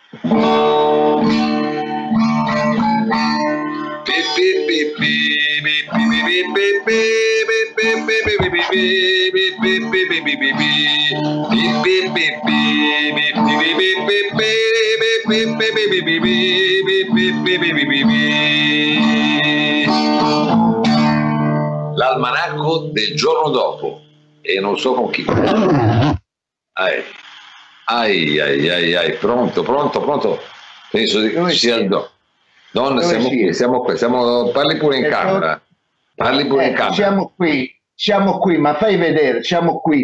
L'almanacco del giorno dopo, e non so con chi. Ai, pronto. Penso di Dove sia il Don. Don, Dove siamo qui, parli pure in camera. Parli pure in camera. Siamo qui, ma fai vedere, siamo qui.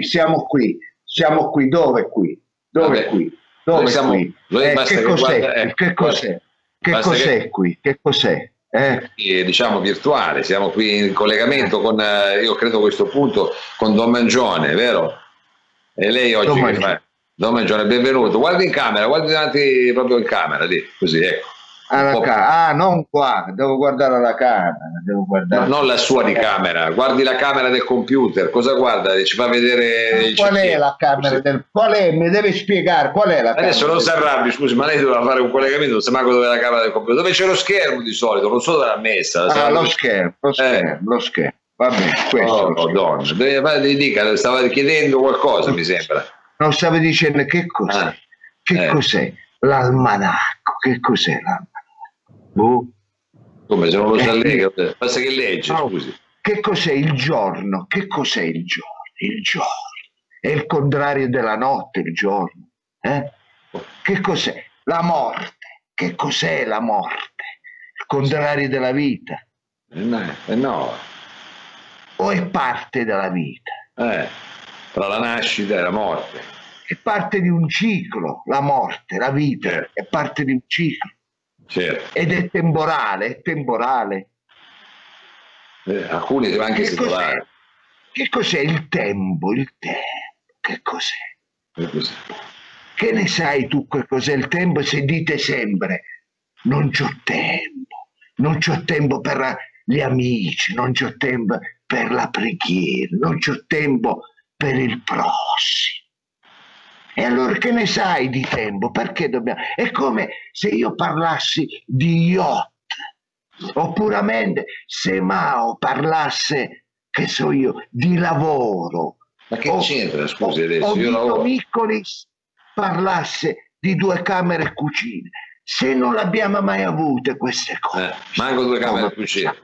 Dove qui? Vabbè, Qui? noi Dove siamo, qui? noi basta Che che cos'è? guarda, Che cos'è? Che basta cos'è qui? Che cos'è? diciamo virtuale, siamo qui in collegamento con, io credo a questo punto, con Don Mangione, vero? E lei oggi che fa? Don Mangione, benvenuto. Guardi in camera, guardi davanti proprio in camera, lì, così, ecco. Non qua, devo guardare la camera, No, non la sua di camera, guardi la camera del computer, cosa guarda? Ci fa vedere qual è la camera qual è? Mi deve spiegare qual è la camera. Adesso non si arrabbi, scusi, ma lei doveva fare un collegamento, non sa manco dove è la camera del computer, dove c'è lo schermo di solito, non so dove l'ha messa. Lo schermo. Va bene, questo. Donna, dica, stava chiedendo qualcosa, mi sembra. Non stava dicendo che cos'è? Cos'è l'almanacco? Che cos'è l'almanacco? Come se non lo sa lei, basta che legge, scusi. Che cos'è il giorno? Che cos'è il giorno? Il giorno è il contrario della notte, il giorno. Che cos'è? La morte. Che cos'è la morte? Il contrario della vita. No. O è parte della vita? Tra la nascita e la morte. È parte di un ciclo, la morte, la vita, è parte di un ciclo. Certo. Ed è temporale, alcuni sono anche secolari. Che cos'è il tempo? Che cos'è? Che ne sai tu che cos'è il tempo se dite sempre non c'ho tempo per gli amici, non c'ho tempo per la preghiera, non c'ho tempo per il prossimo. E allora che ne sai di tempo? Perché dobbiamo? È come se io parlassi di yacht, o puramente se Mao parlasse, che so io, di lavoro. Ma che c'entra, scusi, adesso? O io Vito Miccolis parlasse di 2 camere e cucine. Se non l'abbiamo mai avute queste cose. Manco 2 camere e cucine.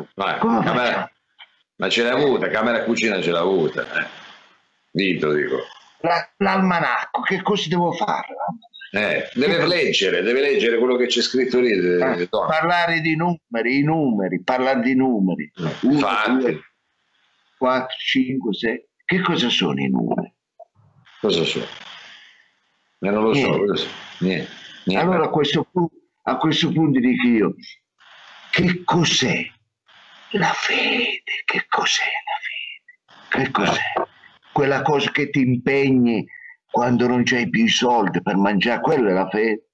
Ma ce l'ha avuta, camera e cucina ce l'ha avuta. Vito, dico. L'almanacco, che cosa devo fare? Deve leggere quello che c'è scritto lì. Parlare di numeri, parlare di numeri. 1, 2, 4, 5, 6. Che cosa sono i numeri? Cosa sono? Non lo so. Niente. Allora a questo punto dico io, che cos'è la fede? Che cos'è la fede? Che cos'è? Quella cosa che ti impegni quando non c'hai più i soldi per mangiare, quella è la fede.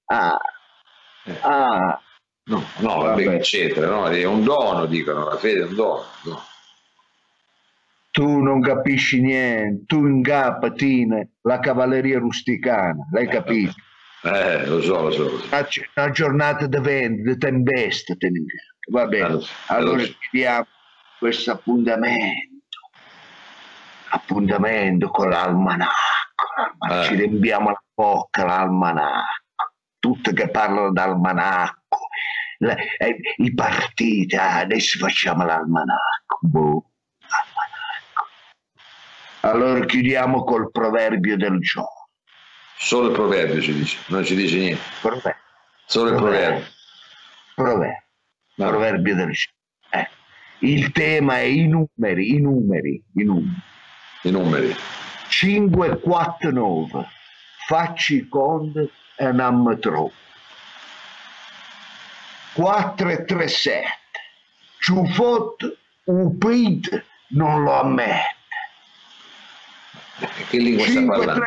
No, vabbè, eccetera, no? È un dono, dicono, la fede è un dono. No. Tu non capisci niente, tu ingappatina la cavalleria rusticana, l'hai capito? Lo so. Una giornata di vento, di tempesta, va bene. Allora chiediamo questo appuntamento con l'almanacco. Ci riempiamo la bocca l'almanacco, tutti che parlano d'almanacco, i partiti, adesso facciamo l'almanacco. Allora chiudiamo col proverbio del giorno. Solo il proverbio ci dice, non ci dice niente. Solo il proverbio. Proverbio del giorno. Il tema è i numeri. 5, 4, 9. Facci conto e non mi trovo. 4 e 3, 7. Ciuffot, upid, non lo ammette. Che lingua sta parlando?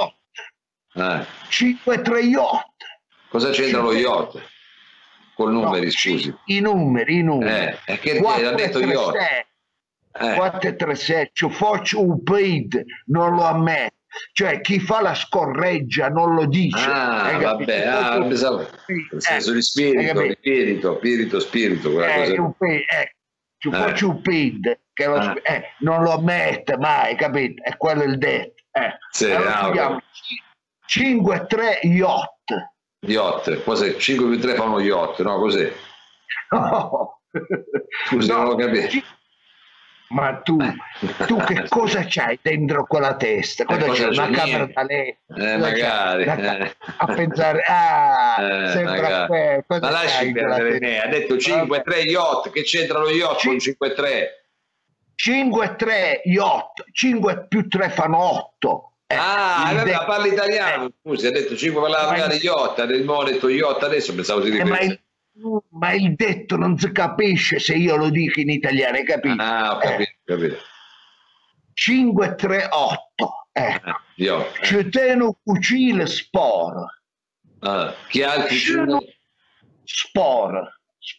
5, 3, yacht. Cosa c'entra lo yacht? Con numeri, scusi. I numeri. Che l'ha detto yacht? 4 e 3, 7. Ciuffot, upid, non lo ammette. cioè chi fa la scorreggia non lo dice. Vabbè, pensavo, nel senso di spirito, quella cosa. Ci faccio un PID che non lo ammette mai, capito? È quello il detto. Sì, allora 5-3 yacht. Yacht, cos'è? 5 più 3 fa uno yacht, no? Cos'è? No. Scusi, non lo capisco. Ma tu che cosa c'hai dentro quella testa? Cosa c'è? Una camera da letto? Magari. A pensare, sembra ma lasci perdere me, ha detto 5-3 yacht, che c'entra lo yacht con 5-3? 5-3 yacht, 5 più 3 fanno 8. Parla italiano, scusi, ha detto 5 parlava di yacht, ha detto yacht adesso, pensavo si ripetesse. Ma il detto non si capisce se io lo dico in italiano, hai capito? Ho capito. 5-3-8. Ecco. Ci tengo fucile sport. Chi altri? Sport.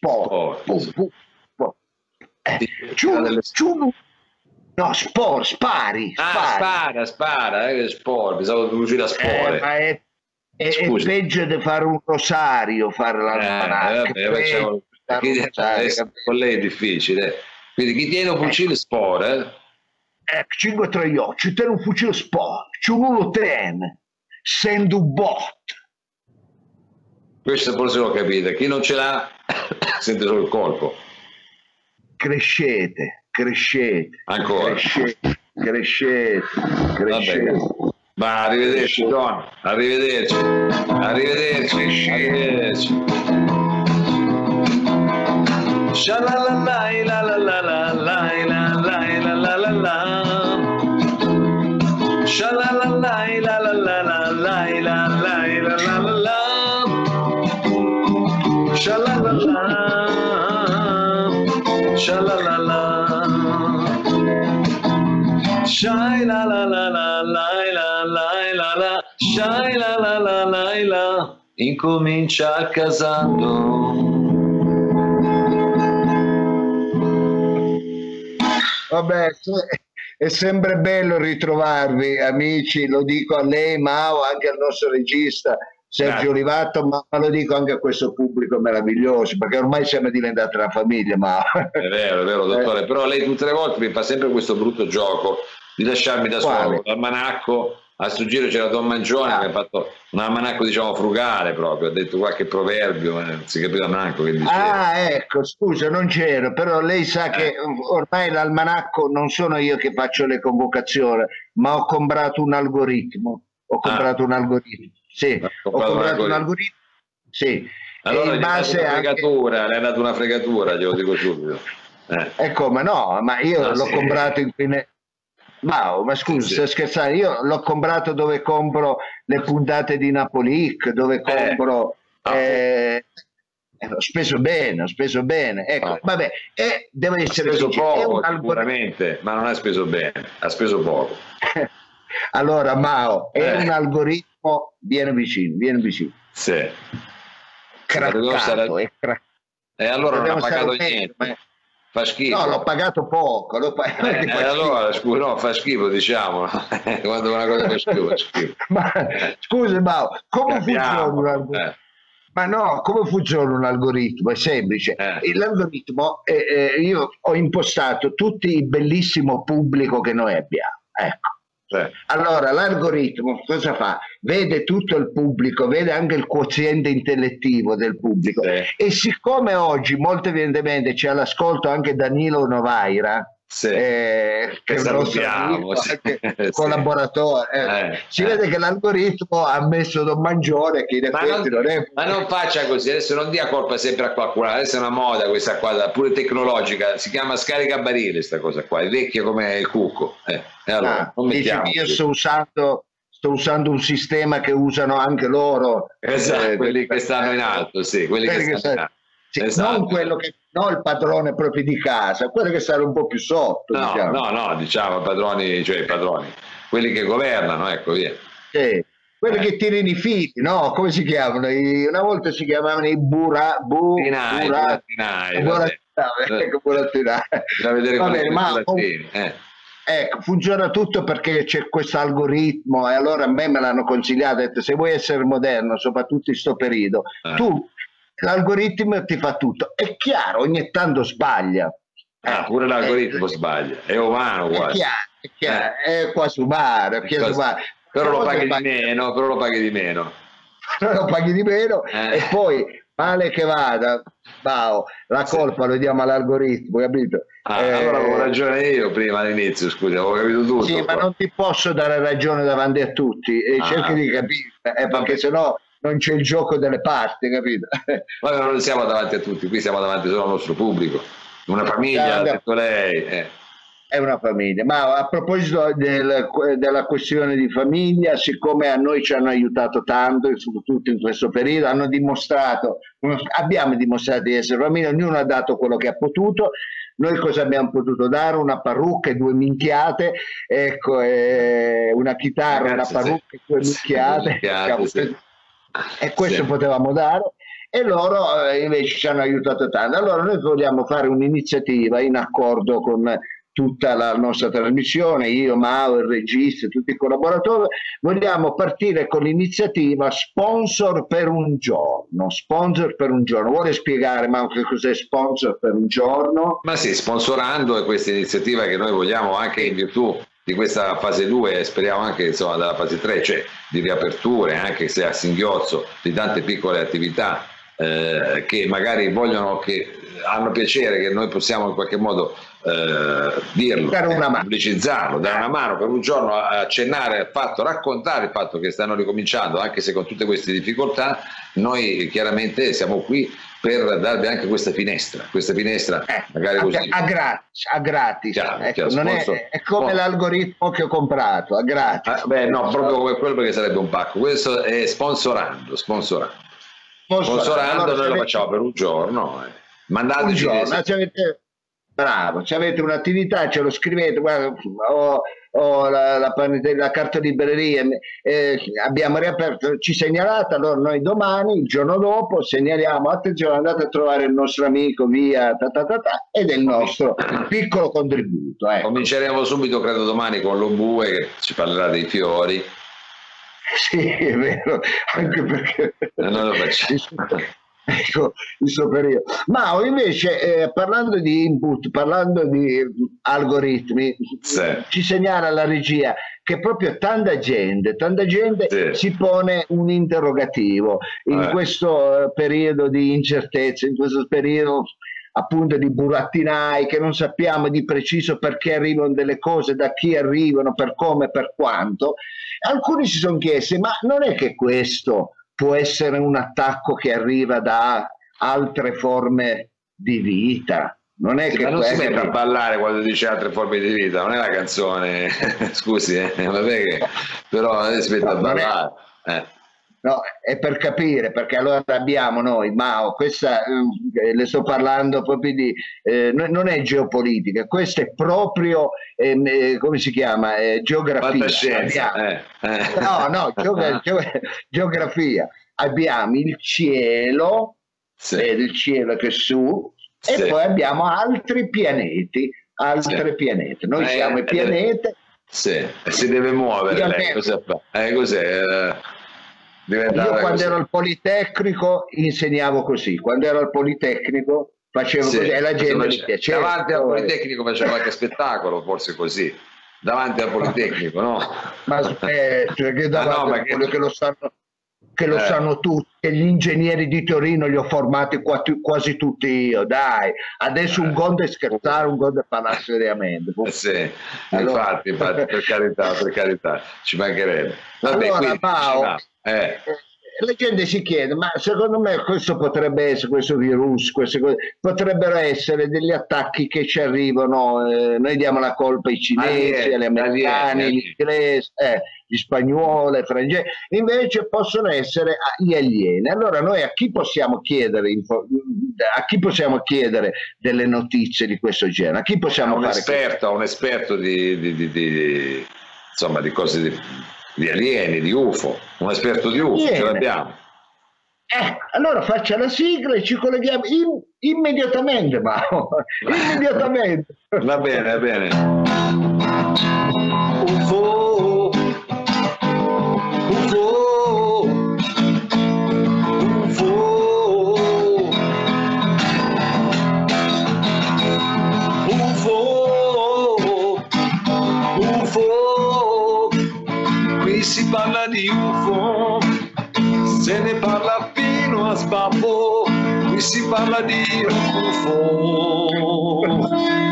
No, sport, spari. Spara, sport, pensavo di uscire a sport. È peggio di fare un rosario, fare l'almanacco. Con lei è difficile. Quindi chi tiene un fucile sport? 5-3 io, ci tiene un fucile sport, c'è uno tiene, sendo un bot. Questo forse lo capite, chi non ce l'ha sente solo il colpo. Crescete. Ancora. Crescete. Ma arrivederci, Don. Arrivederci. Shalalai la la la la la la la la la la. Shalalai la la la la la la la la la la. Shalalala. Shalalala. Shai la la la la la. Shai la la la la. Incomincia casando. Vabbè, è sempre bello ritrovarvi, amici, lo dico a lei, Mao, anche al nostro regista Sergio Olivato, ma lo dico anche a questo pubblico meraviglioso, perché ormai siamo diventati una famiglia, Mao. È vero, dottore, però lei tutte le volte mi fa sempre questo brutto gioco di lasciarmi da solo, l'almanacco. A sto giro c'era Don Mangione che ha fatto un almanacco, diciamo, frugale proprio, ha detto qualche proverbio, non si capiva manco che diceva. Ecco, scusa, non c'ero, però lei sa che ormai l'almanacco non sono io che faccio le convocazioni, ma ho comprato un algoritmo. Ho comprato un algoritmo. Sì, un algoritmo. Sì. Allora in base le hai dato una fregatura, glielo dico subito. Ecco, ma no, ma io l'ho comprato in ma scusa, stai scherzando? Io l'ho comprato dove compro le puntate di Napolic, dove compro... ho speso bene, ecco, vabbè, deve essere speso poco sicuramente, ma non ha speso bene, ha speso poco. Allora, Mao, è un algoritmo, vieni vicino. Sì. Craccato, e allora non ha pagato niente. Fa schifo. No, l'ho pagato poco. Allora, scusa, no, fa schifo, diciamo. Quando una cosa fa schifo. Ma scusa, Mao, come funziona un algoritmo? Ma no, come funziona un algoritmo? È semplice. L'algoritmo, io ho impostato tutto il bellissimo pubblico che noi abbiamo. Ecco. Allora, l'algoritmo cosa fa? Vede tutto il pubblico, vede anche il quoziente intellettivo del pubblico. E siccome oggi molto evidentemente c'è all'ascolto anche Danilo Novaira, che è il nostro amico, collaboratore, si vede che l'algoritmo ha messo Don Mangione, che in effetti non è... Ma non faccia così, adesso non dia colpa sempre a qualcuno, adesso è una moda questa qua, pure tecnologica, si chiama scaricabarile sta cosa qua, è vecchia come il cucco. Allora, non mettiamo io sto usando un sistema che usano anche loro, quelli che stanno in alto, quelli che stanno in alto. Non quello che il padrone proprio di casa, quello che sta un po' più sotto. Diciamo padroni, cioè i padroni, quelli che governano, ecco via. Quelli che tirano i fili, no? Come si chiamano? Una volta si chiamavano i buratinai. Ecco, funziona tutto perché c'è questo algoritmo e allora a me l'hanno consigliato, ha detto, se vuoi essere moderno, soprattutto in sto periodo, tu l'algoritmo ti fa tutto. È chiaro, ogni tanto sbaglia. Pure l'algoritmo sbaglia, è umano È quasi. chiaro, è quasi umano, Però lo paghi di meno, però lo paghi di meno. Lo paghi di meno e poi male che vada, la colpa lo diamo all'algoritmo, capito? Allora avevo ragione io prima all'inizio, scusa, avevo capito tutto. Sì, ma non ti posso dare ragione davanti a tutti, cerchi di capire, perché sennò non c'è il gioco delle parti, capito? Ma non siamo davanti a tutti, qui siamo davanti solo al nostro pubblico, una famiglia, ha detto lei. È una famiglia, ma a proposito della questione di famiglia, siccome a noi ci hanno aiutato tanto, soprattutto in questo periodo, abbiamo dimostrato di essere famiglia, ognuno ha dato quello che ha potuto. Noi cosa abbiamo potuto dare? Una parrucca e 2 minchiate, ecco, una chitarra, una parrucca e 2 minchiate, e questo potevamo dare. E loro invece ci hanno aiutato tanto. Allora noi vogliamo fare un'iniziativa in accordo con tutta la nostra trasmissione, io, Mao, il regista, tutti i collaboratori, vogliamo partire con l'iniziativa Sponsor per un giorno. Sponsor per un giorno. Vuole spiegare, Mao, che cos'è Sponsor per un giorno? Ma sì, sponsorando questa iniziativa che noi vogliamo anche in virtù di questa fase 2 e speriamo anche insomma della fase 3, cioè di riaperture, anche se a singhiozzo, di tante piccole attività che magari hanno piacere che noi possiamo in qualche modo dirlo, pubblicizzarlo, dare una mano per un giorno, accennare al fatto, raccontare il fatto che stanno ricominciando, anche se con tutte queste difficoltà. Noi chiaramente siamo qui per darvi anche questa finestra magari così a gratis, chiaro, non è come l'algoritmo che ho comprato, a gratis. No, proprio come quello, perché sarebbe un pacco. Questo è sponsorando allora, noi lo facciamo per un giorno, mandateci un giorno, bravo, se avete un'attività ce lo scrivete, guarda, ho la carta libreria, abbiamo riaperto, ci segnalate, allora noi domani, il giorno dopo, segnaliamo, attenzione, andate a trovare il nostro amico via ed è il nostro piccolo contributo. Cominceremo subito, credo domani, con lo Bue che ci parlerà dei fiori. Sì, è vero, anche perché non lo facciamo. Ecco il suo periodo. Ma invece parlando di input, parlando di algoritmi, ci segnala la regia che proprio tanta gente si pone un interrogativo in questo periodo di incertezza, in questo periodo appunto di burattinai, che non sappiamo di preciso perché arrivano delle cose, da chi arrivano, per come, per quanto. Alcuni si sono chiesti, ma non è che questo può essere un attacco che arriva da altre forme di vita? Non è che non si mette a ballare quando dice altre forme di vita, non è la canzone, scusi, vabbè che, però si mette a ballare. No, è per capire, perché allora abbiamo noi, Mao, questa le sto parlando proprio di, non è geopolitica, questa è proprio, come si chiama, geografia. Geografia. Abbiamo il cielo, il cielo che è su, e poi abbiamo altri pianeti, pianeti. Noi siamo i pianeti. Si deve muovere, lei cosa fa? Cos'è? Io quando ero al Politecnico insegnavo così, quando ero al Politecnico facevo così e la gente mi piaceva. Davanti al Politecnico facevo qualche spettacolo, forse così, davanti al Politecnico, no? Ma aspetta, che davanti a quello che lo sanno tutti, che gli ingegneri di Torino li ho formati quasi tutti io, dai, adesso un conto è scherzare, un conto è parlare seriamente. Allora, infatti, per carità, ci mancherebbe. Vabbè, allora, Mao, la gente si chiede, ma secondo me questo potrebbe essere, questo virus, queste cose, potrebbero essere degli attacchi che ci arrivano, noi diamo la colpa ai cinesi, agli americani, agli inglesi, gli spagnoli, i francesi, invece possono essere gli alieni. Allora noi a chi possiamo chiedere delle notizie di questo genere? A chi possiamo fare un esperto di insomma di cose di alieni, di UFO, un esperto di UFO, ce l'abbiamo. Allora faccia la sigla e ci colleghiamo immediatamente, Mao. Immediatamente. Va bene. sbaffo, se ne parla fino a sbaffo, qui si parla di UFO.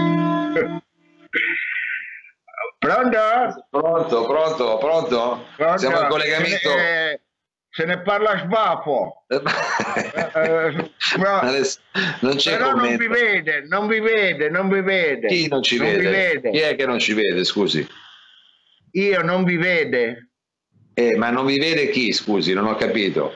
Pronto? Pronto? Siamo in collegamento. Se ne parla a sbaffo. Non c'è però commento. non vi vede. Chi non ci vede? Chi è che non ci vede, scusi? Io non vi vede. Ma non vi vede chi, scusi? Non ho capito.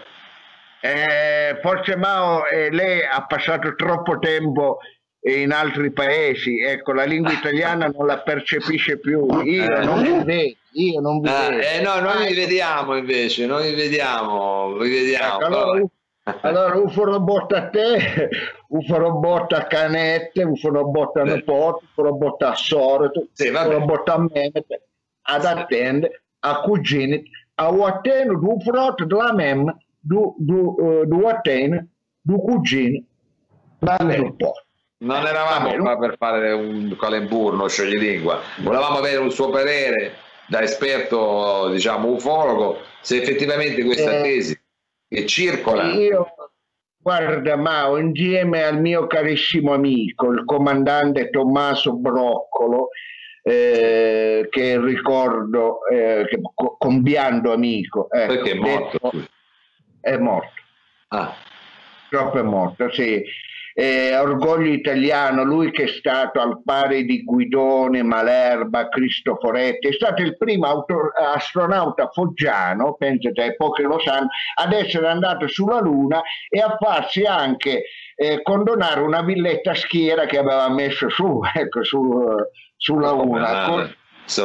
Forse Mao, lei ha passato troppo tempo in altri paesi, ecco, la lingua italiana non la percepisce più. Io non vi vedo. No, noi vi vediamo invece, vi vediamo. Ecco, allora UFO robot a te, UFO robot a canette, UFO robot a nipote, UFO robot a sorte, UFO robot a menete, ad attendere, a cugini, a attendere, du frotto della mem, du attendere, du cugini, da nipote. Non eravamo qua per fare un calemburno, scioglilingua, volevamo avere un suo parere da esperto, diciamo, ufologo, se effettivamente questa tesi che circola. Io, guarda Mao, insieme al mio carissimo amico, il comandante Tommaso Broccolo, che ricordo, combiando amico. Perché è morto? È morto. Troppo è morto, sì. Orgoglio italiano, lui che è stato al pari di Guidone, Malerba, Cristoforetti, è stato il primo astronauta foggiano, pensate, pochi lo sanno, ad essere andato sulla Luna e a farsi anche condonare una villetta a schiera che aveva messo su, ecco, sulla Luna. Sì,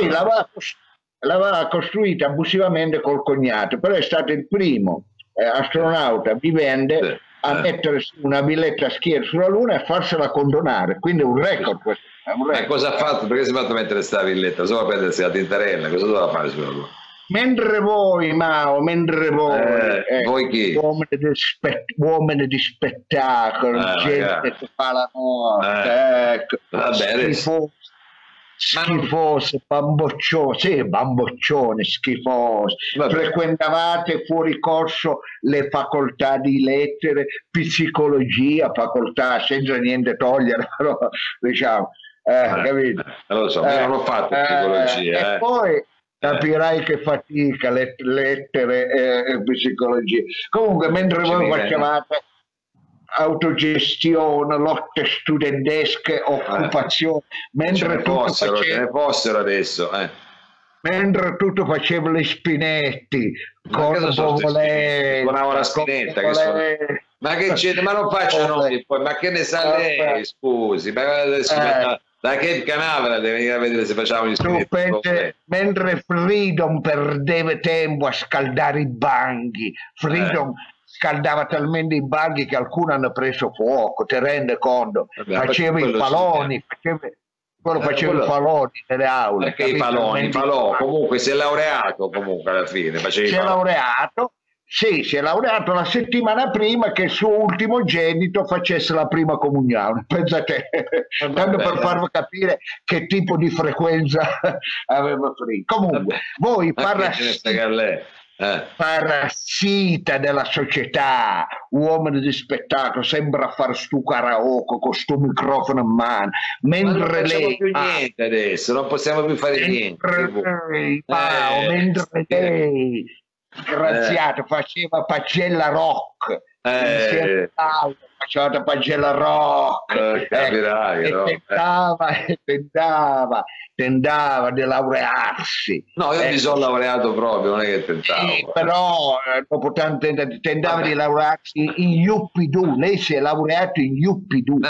l'aveva costruita abusivamente col cognato, però è stato il primo astronauta vivente a mettere su una villetta a schiera sulla Luna e farsela condonare, quindi è un record questo. Ma cosa ha fatto? Perché si è fatto mettere sta villetta? Solo per prendersi la tintarella, cosa doveva fare sulla Luna? Mentre voi, Mao, voi chi? Uomini di spettacolo, gente che fa la morte, schifose, bamboccione, schifose. Frequentavate fuori corso le facoltà di lettere, psicologia, facoltà senza niente togliere, però, diciamo, capito? Non lo so, io non ho fatto psicologia. E poi capirai che fatica lettere e psicologia. Comunque, mentre voi facevate autogestione, lotte studentesche, occupazione, mentre ce ne fossero adesso, mentre tutto facevo le Spinetti con Bovolè, con la Spinetta ma che c'è, ma non faccia noi poi, ma che ne sa lei, scusi, da che canale deve venire a vedere se facciamo gli Spinetti? Mentre Freedom perdeva tempo a scaldare i banchi, Freedom scaldava talmente i banchi che alcuni hanno preso fuoco, ti rende conto? Faceva i faloni, faceva i faloni nelle aule. Perché i faloni? Comunque si è laureato comunque alla fine. Si è laureato, sì, si è laureato la settimana prima che il suo ultimogenito facesse la prima comunione. Pensate, tanto per farvi capire che tipo di frequenza aveva Freedom. Comunque, voi parassita della società, uomini di spettacolo, sembra far stu karaoke con sto microfono in mano, mentre non lei più niente adesso, non possiamo più fare niente. Mentre lei, graziato, faceva pagella rock insieme a faceva pagella rock, capirai, tentava di laurearsi. No, io mi sono laureato proprio, non è che tentavo. Sì, però dopo tanto tentava di laurearsi in Yuppidoo. Lei si è laureato in Yuppidoo.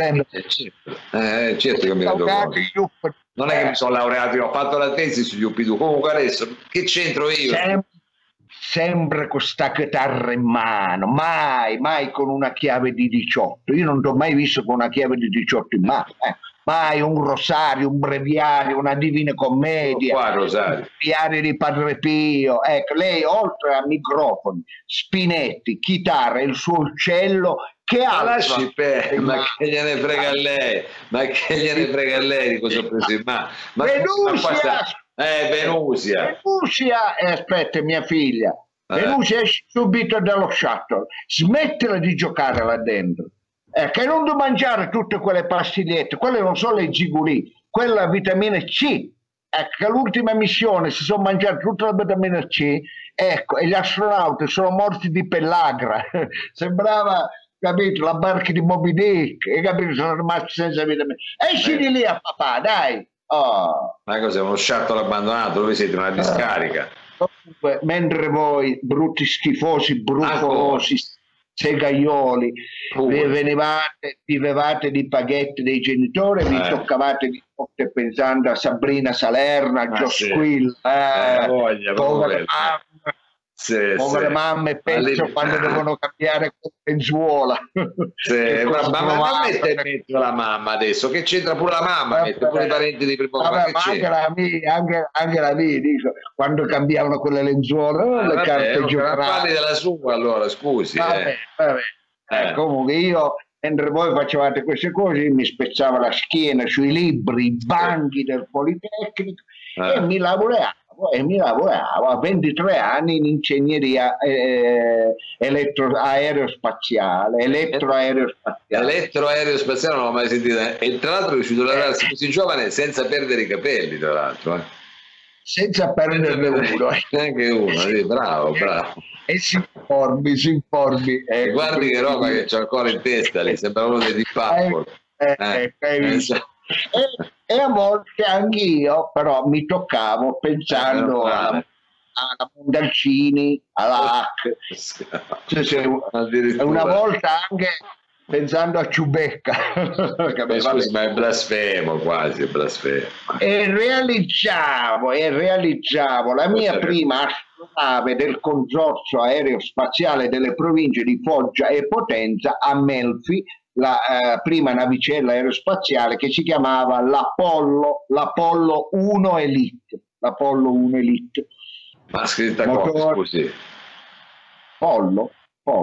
Certo che mi rendo conto. Non è che mi sono laureato, io ho fatto la tesi su Yuppidoo. Comunque adesso, che c'entro io? Sempre con sta chitarra in mano, mai con una chiave di 18. Io non ti ho mai visto con una chiave di 18 in mano. Mai un rosario, un breviario, una Divina Commedia, un breviario di Padre Pio. Ecco, lei oltre a microfoni, Spinetti, chitarra, il suo uccello, che altro? Ma che gliene frega a lei? Ma che gliene frega a lei di cosa ho preso in mano? Venusia. Venusia, aspetta, mia figlia. Venusia esce subito dallo shuttle. Smettila di giocare là dentro. Che non devo mangiare tutte quelle pastigliette. Quelle non sono le giguli. Quella vitamina C. Ecco, l'ultima missione si sono mangiati tutta la vitamina C. Ecco, e gli astronauti sono morti di pellagra. Sembrava, capito, la barca di Moby Dick. E capito, sono rimasti senza vitamina. Esci di lì a papà, dai. Oh. Ma cos'è, uno shuttle abbandonato? Dove siete? Una discarica? Comunque, mentre voi, brutti schifosi, brufolosi, segaioli, vivevate di paghetti dei genitori, vi toccavate di notte pensando a Sabrina Salerno, a Joe Squill, povere mamme, peggio quando devono cambiare lenzuola. Ma non mette la mamma adesso, che c'entra pure la mamma, mette pure i parenti di primo grado. Anche la mia, dico, quando cambiavano quelle lenzuola, le carte parli della sua, allora, scusi. Comunque io, mentre voi facevate queste cose, mi spezzava la schiena sui libri, i banchi del Politecnico e mi lavoravo a 23 anni in ingegneria elettroaerospaziale. Elettroaerospaziale non l'ho mai sentita, e tra l'altro è riuscito a lavorarsi così giovane senza perdere i capelli, tra l'altro. Senza perderne uno. Neanche uno, sì, bravo. E si informi. Guardi che roba che c'ho ancora in testa lì, sembra uno dei Deep Purple. E a volte anch'io però mi toccavo pensando alla Mondalcini, alla Hack, una volta anche pensando a Ciubecca. Scusi, ma è blasfemo, quasi, è blasfemo. E realizzavo la mia prima astronave del consorzio aerospaziale delle province di Foggia e Potenza a Melfi, la prima navicella aerospaziale che si chiamava l'Apollo 1 Elite. Ma scritta cosa, scusi? Pollo.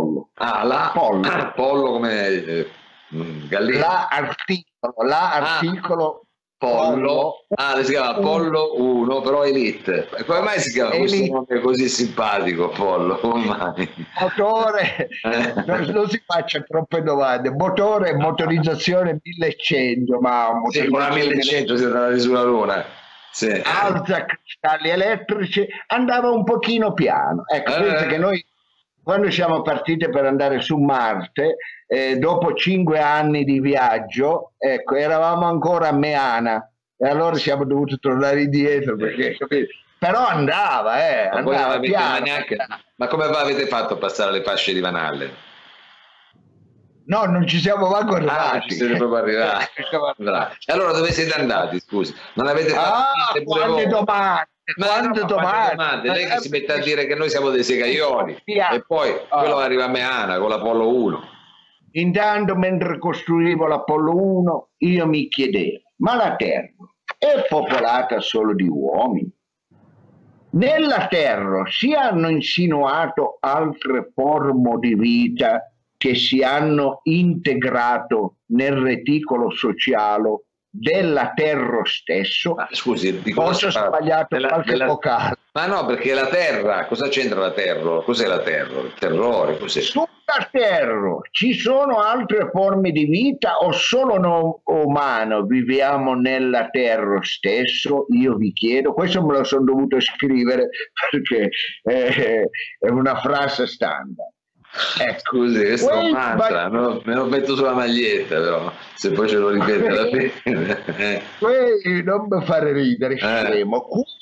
Pollo come gallina. L'articolo Pollo. Si chiama Pollo 1, però Elite. Come mai si chiama questo nome così simpatico, Pollo? Motore, non si faccia troppe domande. Motore, motorizzazione 1100, ma con la 1100 siete andati sulla Luna. Alza cristalli elettrici, andava un pochino piano. Ecco, pensa che noi quando siamo partiti per andare su Marte, dopo 5 anni di viaggio, ecco, eravamo ancora a Meana e allora siamo dovuti tornare indietro perché, però andava piano. Ma come avete fatto a passare le fasce di Van Allen? No, non ci siamo manco arrivati. Ci siete proprio arrivati. E allora dove siete andati, scusi? Non avete fatto quante domande? Quante domande? Lei che si mette a dire che noi siamo dei segaioli e poi quello arriva a Meana con l'Apollo 1. Intanto, mentre costruivo l'Apollo 1, io mi chiedevo, ma la Terra è popolata solo di uomini? Nella Terra si hanno insinuato altre forme di vita che si hanno integrato nel reticolo sociale della Terra stesso. Scusi, forse ho sbagliato qualche vocale. Ma no, perché la Terra, cosa c'entra la Terra? Cos'è la Terra? Il terrore? Cos'è? Sulla Terra ci sono altre forme di vita o solo noi umani viviamo nella Terra stesso? Io vi chiedo, questo me lo sono dovuto scrivere perché è una frase standard. Scusi, questo è un mantra, me lo metto sulla maglietta, però se poi ce lo ripete alla fine. Non mi fare ridere, scemo.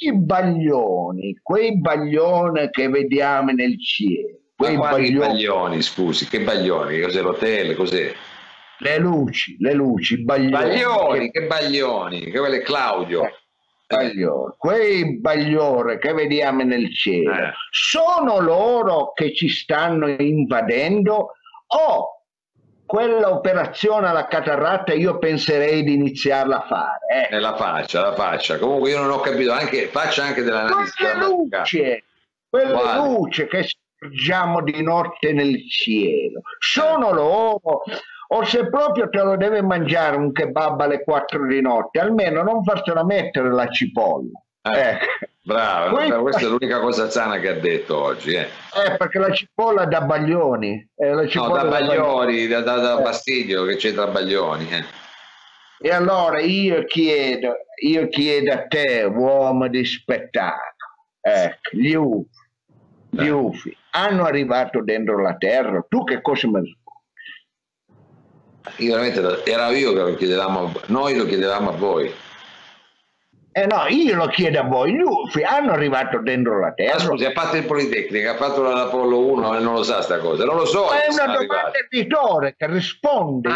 Quei baglioni che vediamo nel cielo. Quei baglioni, scusi, che baglioni? Cos'è l'hotel? Cos'è? Le luci, baglioni. Che baglioni? Che quello è Claudio. Quei bagliori che vediamo nel cielo sono loro che ci stanno invadendo o quell'operazione alla cataratta io penserei di iniziarla a fare? La faccia. Comunque io non ho capito, faccia anche dell'analisi. Quelle luci che scorgiamo di notte nel cielo sono loro. O se proprio te lo deve mangiare un kebab alle 4 di notte, almeno non fartela mettere la cipolla. Bravo, questa è l'unica cosa sana che ha detto oggi. Perché la cipolla da Baglioni. No, da Baglioni, da Bastiglio, che c'entra Baglioni. E allora io chiedo a te, uomo di spettacolo, gli UFI hanno arrivato dentro la terra? Tu che cosa mi rispondi? Io veramente era io che lo chiedevamo, noi lo chiedevamo a voi. No, io lo chiedo a voi, gli UFI hanno arrivato dentro la terra? Scusi, ha fatto il Politecnico, ha fatto l'Apollo 1 e non lo sa sta cosa, non lo so. Ma è una domanda retorica, risponde.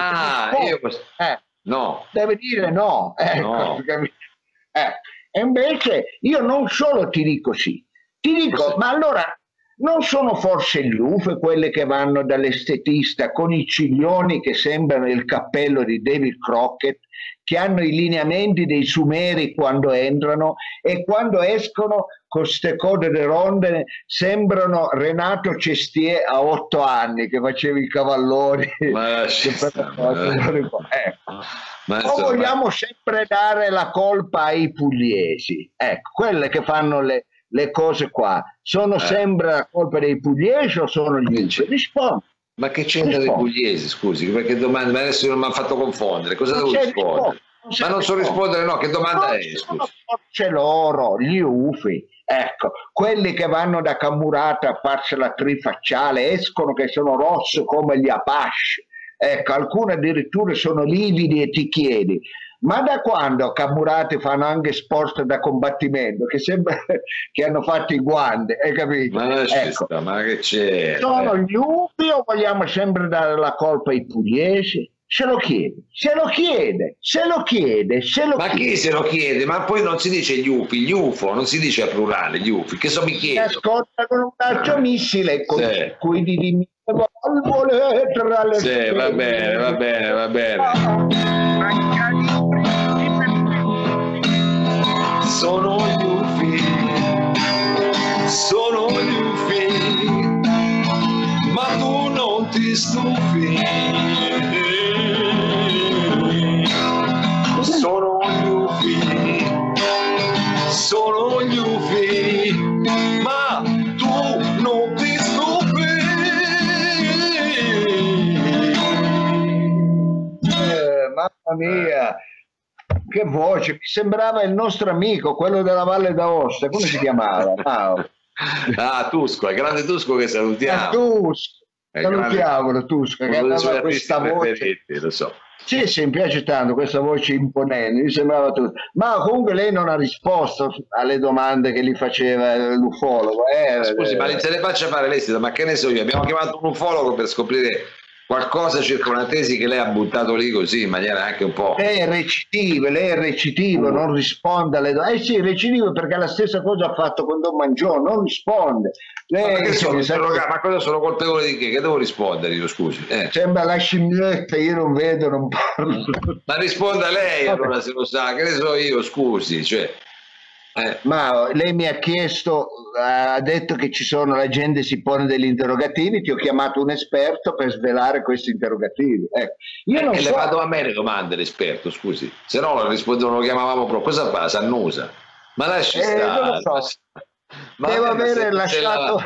No. Deve dire no. No. E invece io non solo ti dico sì, ti dico, ma allora non sono forse gli UFO quelle che vanno dall'estetista con i ciglioni che sembrano il cappello di David Crockett, che hanno i lineamenti dei sumeri quando entrano e quando escono con ste code ronde sembrano Renato Cestier a 8 anni che faceva i cavalloni. O vogliamo sempre dare la colpa ai pugliesi? Ecco, quelle che fanno le cose qua sono sempre la colpa dei pugliesi o sono gli UFO? Rispondi. Ma che c'entra dei pugliesi, scusi? Perché domanda, ma adesso non mi ha fatto confondere, cosa devo rispondere? Ma non so rispondere, no, che domanda è? C'è loro, gli UFI, ecco, quelli che vanno da Camurata a farsi la trifacciale, escono che sono rossi come gli Apache, ecco, alcuni addirittura sono lividi e ti chiedi, ma da quando Camurati fanno anche sport da combattimento, che sembra che hanno fatto i guanti, hai capito? Ma che c'è? Sono gli UFI o vogliamo sempre dare la colpa ai pugliesi? Se lo chiede. Ma chi se lo chiede? Ma poi non si dice gli UFI, gli UFO, non si dice a plurale gli UFI, che so mi chiedo. Ascolta con un calcio missile con cui di valvole tra le Sì, va bene. Sono gli UFI, ma tu non ti stufi. Sono gli UFI, ma tu non ti stufi. Mamma mia, che voce, mi sembrava il nostro amico, quello della Valle d'Aosta, come si chiamava? Tusco, il grande Tusco che salutiamo. Salutiamolo Tusco, che aveva questa voce. Lo so. Sì, mi piace tanto questa voce imponente, mi sembrava tutto. Ma comunque lei non ha risposto alle domande che gli faceva l'ufologo. Scusi, ma se le faccia fare lei, ma che ne so io, abbiamo chiamato un ufologo per scoprire qualcosa circa una tesi che lei ha buttato lì così in maniera anche un po'... Lei è recitivo, non risponde alle domande. Sì, recitivo perché la stessa cosa ha fatto con Don Mangione, non risponde. Lei, ma cosa sono colpevole di che? Che devo rispondere io, scusi? Sembra la scimmietta, io non vedo, non parlo. Ma risponda lei allora se lo sa, che ne so io, scusi, cioè... Ma lei mi ha chiesto, ha detto che la gente si pone degli interrogativi, ti ho chiamato un esperto per svelare questi interrogativi. Io non le so... vado a me le domande l'esperto, scusi, se no lo chiamavamo proprio, cosa fa? S'annusa? Ma lasci stare. Non lo so. Devo avere lasciato...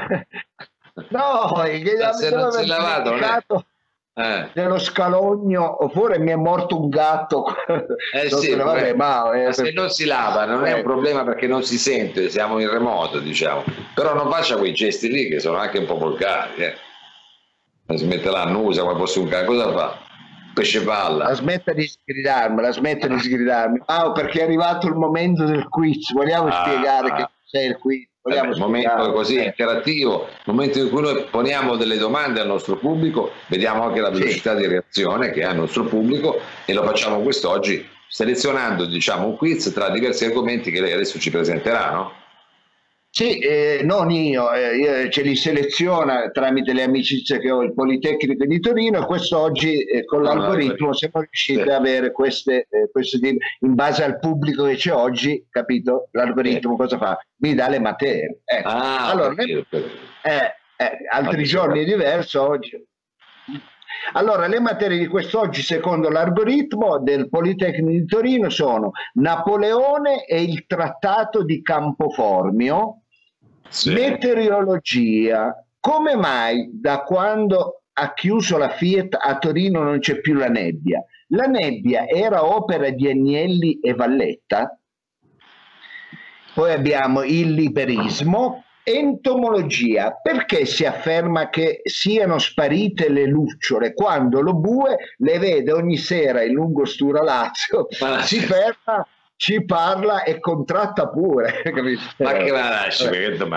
No, se non si è lavato... nello scalogno, oppure mi è morto un gatto. Sì, ma se non si lava non è un problema perché non si sente, siamo in remoto, diciamo, però non faccia quei gesti lì che sono anche un po' volgari. Si mette là, annusa come fosse un cane, cosa fa? Pesce palla. La smetta di sgridarmi, perché è arrivato il momento del quiz, vogliamo spiegare che c'è il quiz? Il momento così interattivo, il momento in cui noi poniamo delle domande al nostro pubblico, vediamo anche la velocità di reazione che ha il nostro pubblico e lo facciamo quest'oggi selezionando, diciamo, un quiz tra diversi argomenti che lei adesso ci presenterà, no? Sì, non io ce li seleziona tramite le amicizie che ho il Politecnico di Torino e quest'oggi con l'algoritmo siamo riusciti ad avere queste in base al pubblico che c'è oggi, capito? L'algoritmo cosa fa? Mi dà le materie. Allora, altri giorni è diverso, oggi. Allora, le materie di quest'oggi, secondo l'algoritmo del Politecnico di Torino, sono Napoleone e il Trattato di Campoformio, Sì. meteorologia. Come mai da quando ha chiuso la Fiat a Torino non c'è più la nebbia? La nebbia era opera di Agnelli e Valletta. Poi abbiamo il liberismo. Entomologia, perché si afferma che siano sparite le lucciole quando lo bue le vede ogni sera in lungo Stura Lazio, si ferma, ci parla e contratta pure, capito? Ma che la lasci?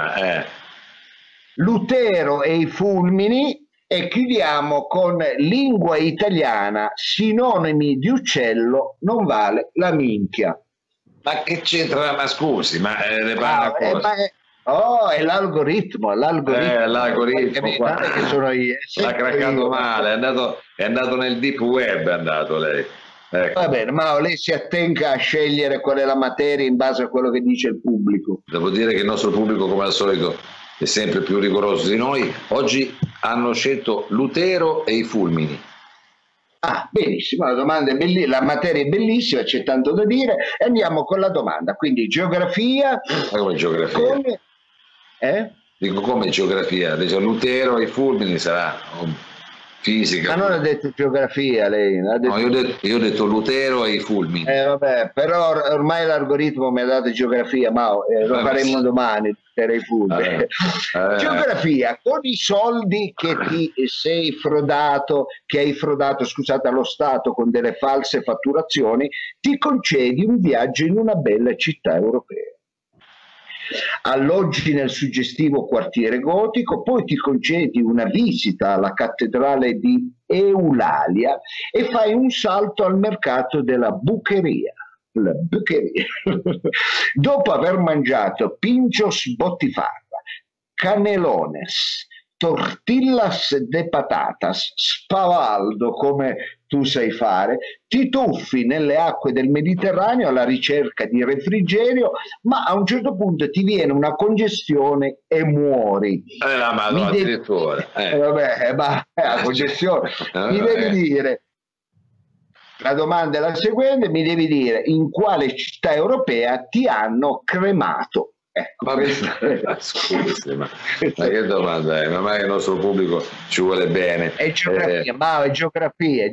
Lutero e i fulmini, e chiudiamo con lingua italiana, sinonimi di uccello non vale la minchia. Ma che c'entra? Ma scusi, ma le parla cosa? Oh, è l'algoritmo, l'algoritmo qua. Che sono io. L'ha craccato male, è andato nel deep web, è andato lei. Ecco. Va bene, ma lei si attenga a scegliere qual è la materia in base a quello che dice il pubblico. Devo dire che il nostro pubblico, come al solito, è sempre più rigoroso di noi. Oggi hanno scelto Lutero e i fulmini. Ah, benissimo, la domanda è bellissima, la materia è bellissima, c'è tanto da dire, e andiamo con la domanda. Quindi geografia. Ma come geografia? Dico come geografia, dice Lutero e i fulmini sarà fisica. Ma non ha detto geografia lei? No, io ho detto Lutero e i fulmini. Vabbè, però ormai l'algoritmo mi ha dato geografia, ma lo faremo domani. Geografia, con i soldi che hai frodato, scusate, allo Stato con delle false fatturazioni, ti concedi un viaggio in una bella città europea. Alloggi nel suggestivo quartiere gotico, poi ti concedi una visita alla cattedrale di Eulalia e fai un salto al mercato della bucheria. Dopo aver mangiato pinchos bottifarra, canelones, tortillas de patatas, spavaldo come tu sai fare, ti tuffi nelle acque del Mediterraneo alla ricerca di refrigerio, ma a un certo punto ti viene una congestione e muori. Vabbè, ma la congestione. Mi devi dire, la domanda è la seguente, mi devi dire in quale città europea ti hanno cremato. Ecco, scusi, ma che domanda è? Ma mai il nostro pubblico ci vuole bene. È geografia, ma è geografia.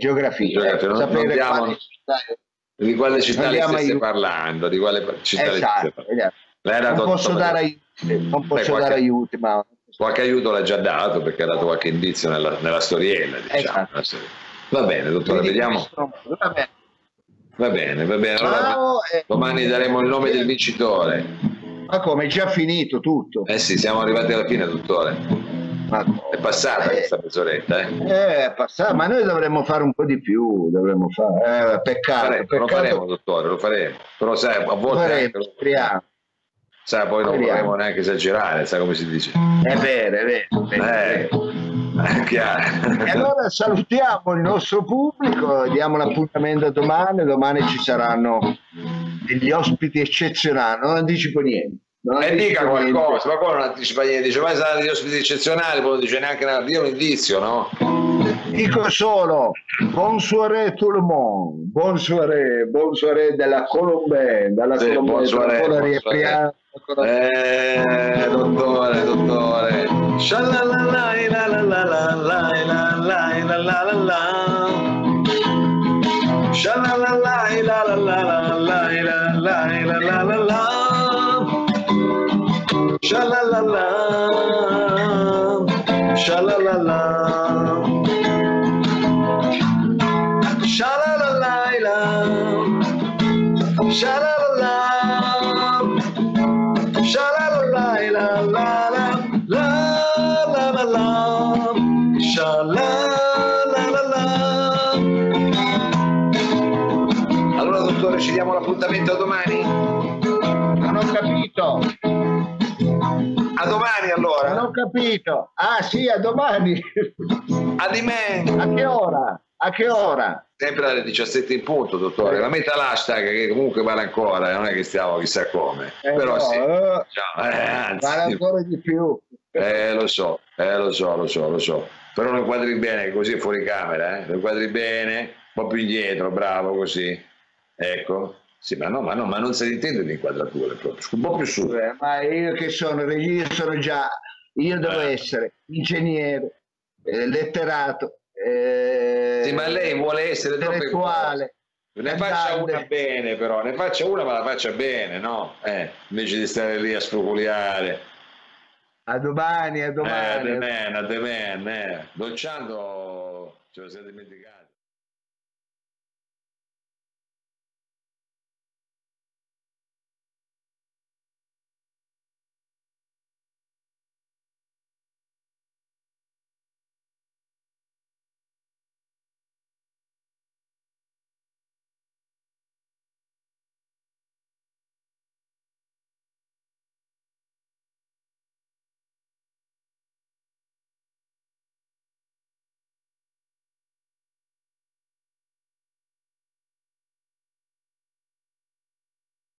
Di quale città le stesse parlando? Di quale città le stesse parlando? Non posso dare aiuti, ma qualche aiuto l'ha già dato, perché ha dato qualche indizio nella storiella, diciamo. Va bene, dottore, vediamo. Va bene. Allora, domani daremo il nome del vincitore. Ma come, è già finito tutto? Sì, siamo arrivati alla fine, dottore. È passata questa mezz'oretta, È passata, ma noi dovremmo fare un po' di più, peccato. Lo faremo, dottore, lo faremo. Però sai, a volte sai, poi non vorremmo neanche esagerare, sai come si dice. È vero. È chiaro. E allora salutiamo il nostro pubblico, diamo l'appuntamento a domani ci saranno degli ospiti eccezionali, non anticipo niente. Dica qualcosa, ma qua non anticipa niente, dice mai saranno degli ospiti eccezionali, poi non dice neanche dio un indizio, no? Dico solo bonsoiré tout le monde, bonsoiré della Colombè, dottore, shalalai la la la la la la la la la la shalalai la la la la la la la la la la shalalala shalalala shalalai la shalalala shalalai la la la la la la la shalalala. Allora dottore, ci diamo l'appuntamento a domani? Non ho capito. A domani allora? Non ho capito. Ah sì, a domani. A di me. A che ora? Sempre alle 17 in punto, dottore. La metta l'hashtag che comunque vale ancora, non è che stiamo chissà come. Però sì. Vale ancora di più. Lo so. Però lo inquadri bene, così è fuori camera, eh? Lo inquadri bene, un po' più indietro, bravo, così. Ecco. Sì, ma non se ne intende di inquadrature proprio, un po' più su. Ma io sono già, io devo Eh. essere ingegnere, letterato, Sì, ma lei vuole essere troppe cose. intellettuale, Ne faccia una cantante. bene, però, ne faccia una, ma la faccia bene, no? Invece di stare lì a sfruculiare. A domani, a domani. The Man, The Man. Dolciando ce lo siete dimenticati.